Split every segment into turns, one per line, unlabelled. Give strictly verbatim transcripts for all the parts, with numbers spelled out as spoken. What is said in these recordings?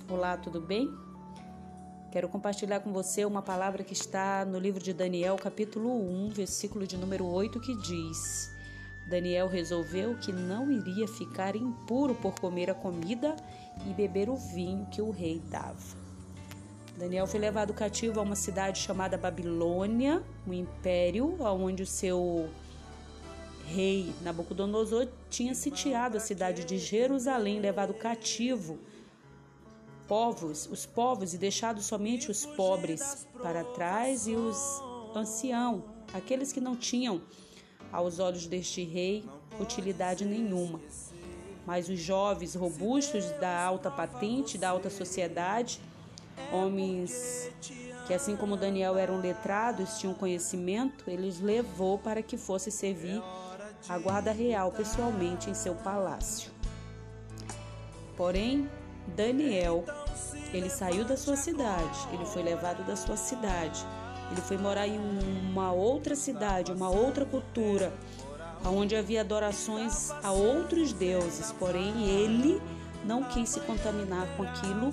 Olá, tudo bem? Quero compartilhar com você uma palavra que está no livro de Daniel, capítulo um, versículo de número oito, que diz: Daniel resolveu que não iria ficar impuro por comer a comida e beber o vinho que o rei dava. Daniel foi levado cativo a uma cidade chamada Babilônia, um império onde o seu rei Nabucodonosor tinha sitiado a cidade de Jerusalém, levado cativo povos, os povos e deixado somente os pobres para trás e os anciãos, aqueles que não tinham, aos olhos deste rei, utilidade nenhuma. Mas os jovens robustos da alta patente, da alta sociedade, homens que, assim como Daniel, eram letrados, tinham conhecimento, ele os levou para que fosse servir a guarda real pessoalmente em seu palácio. Porém, Daniel, ele saiu da sua cidade, ele foi levado da sua cidade, ele foi morar em uma outra cidade, uma outra cultura, onde havia adorações a outros deuses, porém ele não quis se contaminar com aquilo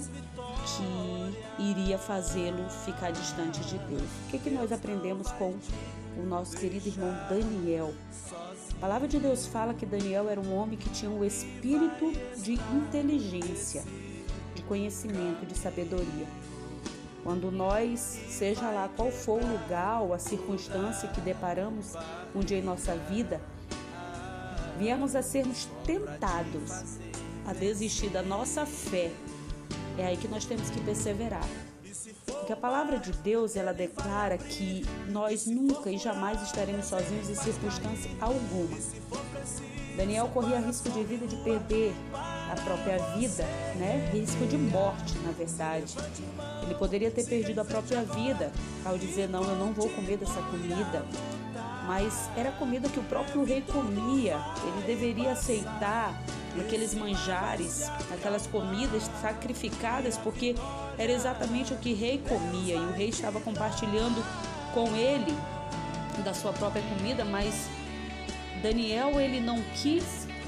que iria fazê-lo ficar distante de Deus. O que, que nós aprendemos com o nosso querido irmão Daniel? A palavra de Deus fala que Daniel era um homem que tinha um espírito de inteligência, de conhecimento, de sabedoria. Quando nós, seja lá qual for o lugar ou a circunstância que deparamos um dia em nossa vida, viemos a sermos tentados a desistir da nossa fé, é aí que nós temos que perseverar. Porque a palavra de Deus, ela declara que nós nunca e jamais estaremos sozinhos em circunstância alguma. Daniel corria risco de vida de perder a própria vida, né? Risco de morte, na verdade. Ele poderia ter perdido a própria vida ao dizer, não, eu não vou comer dessa comida. Mas era comida que o próprio rei comia. Ele deveria aceitar aqueles manjares, aquelas comidas sacrificadas, porque era exatamente o que o rei comia, e o rei estava compartilhando com ele da sua própria comida, mas Daniel, ele não quis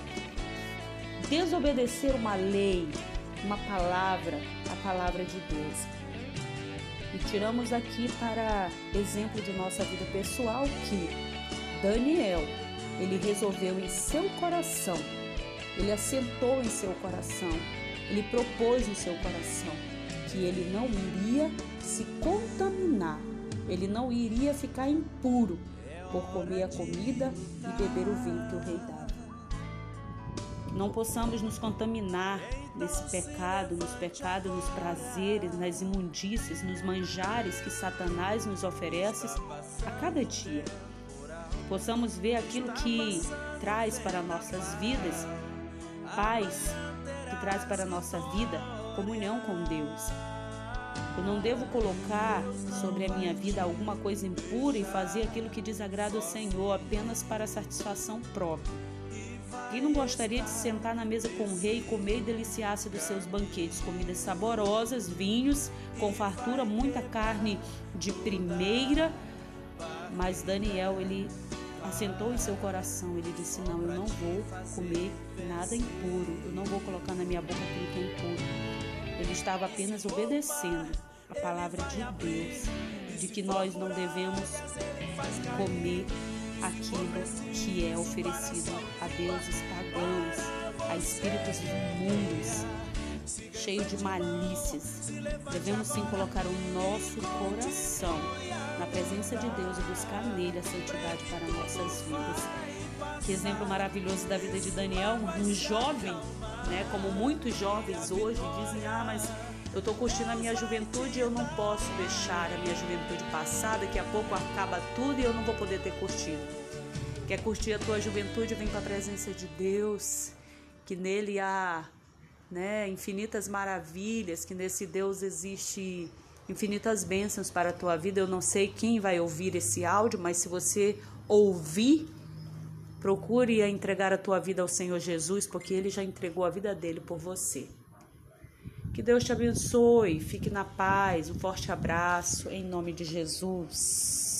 desobedecer uma lei, uma palavra, a palavra de Deus. E tiramos aqui para exemplo de nossa vida pessoal que Daniel, ele resolveu em seu coração, ele assentou em seu coração, ele propôs no seu coração que ele não iria se contaminar, ele não iria ficar impuro por comer a comida e beber o vinho que o rei dava. Não possamos nos contaminar nesse pecado, nos pecados, nos prazeres, nas imundícias, nos manjares que Satanás nos oferece a cada dia. Possamos ver aquilo que traz para nossas vidas paz, que traz para a nossa vida comunhão com Deus. Eu não devo colocar sobre a minha vida alguma coisa impura e fazer aquilo que desagrada ao Senhor apenas para satisfação própria. Quem não gostaria de sentar na mesa com o rei e comer e deliciar-se dos seus banquetes, comidas saborosas, vinhos com fartura, muita carne de primeira? Mas Daniel, ele assentou em seu coração, ele disse, não, eu não vou comer nada impuro, eu não vou colocar na minha boca aquilo que é impuro. Ele estava apenas obedecendo a palavra de Deus, de que nós não devemos comer aquilo que é oferecido a deuses pagãos, a espíritos imundos, cheios de malícias. Devemos sim colocar o nosso coração na presença de Deus e buscar nele a santidade para nossas vidas. Que exemplo maravilhoso da vida de Daniel, um jovem, né, como muitos jovens hoje dizem, ah, mas eu estou curtindo a minha juventude e eu não posso deixar a minha juventude passar, daqui a pouco acaba tudo e eu não vou poder ter curtido. Quer curtir a tua juventude, vem para a presença de Deus, que nele há, né, infinitas maravilhas, que nesse Deus existe infinitas bênçãos para a tua vida. Eu não sei quem vai ouvir esse áudio, mas se você ouvir, procure entregar a tua vida ao Senhor Jesus, porque Ele já entregou a vida dele por você. Que Deus te abençoe, fique na paz, um forte abraço, em nome de Jesus.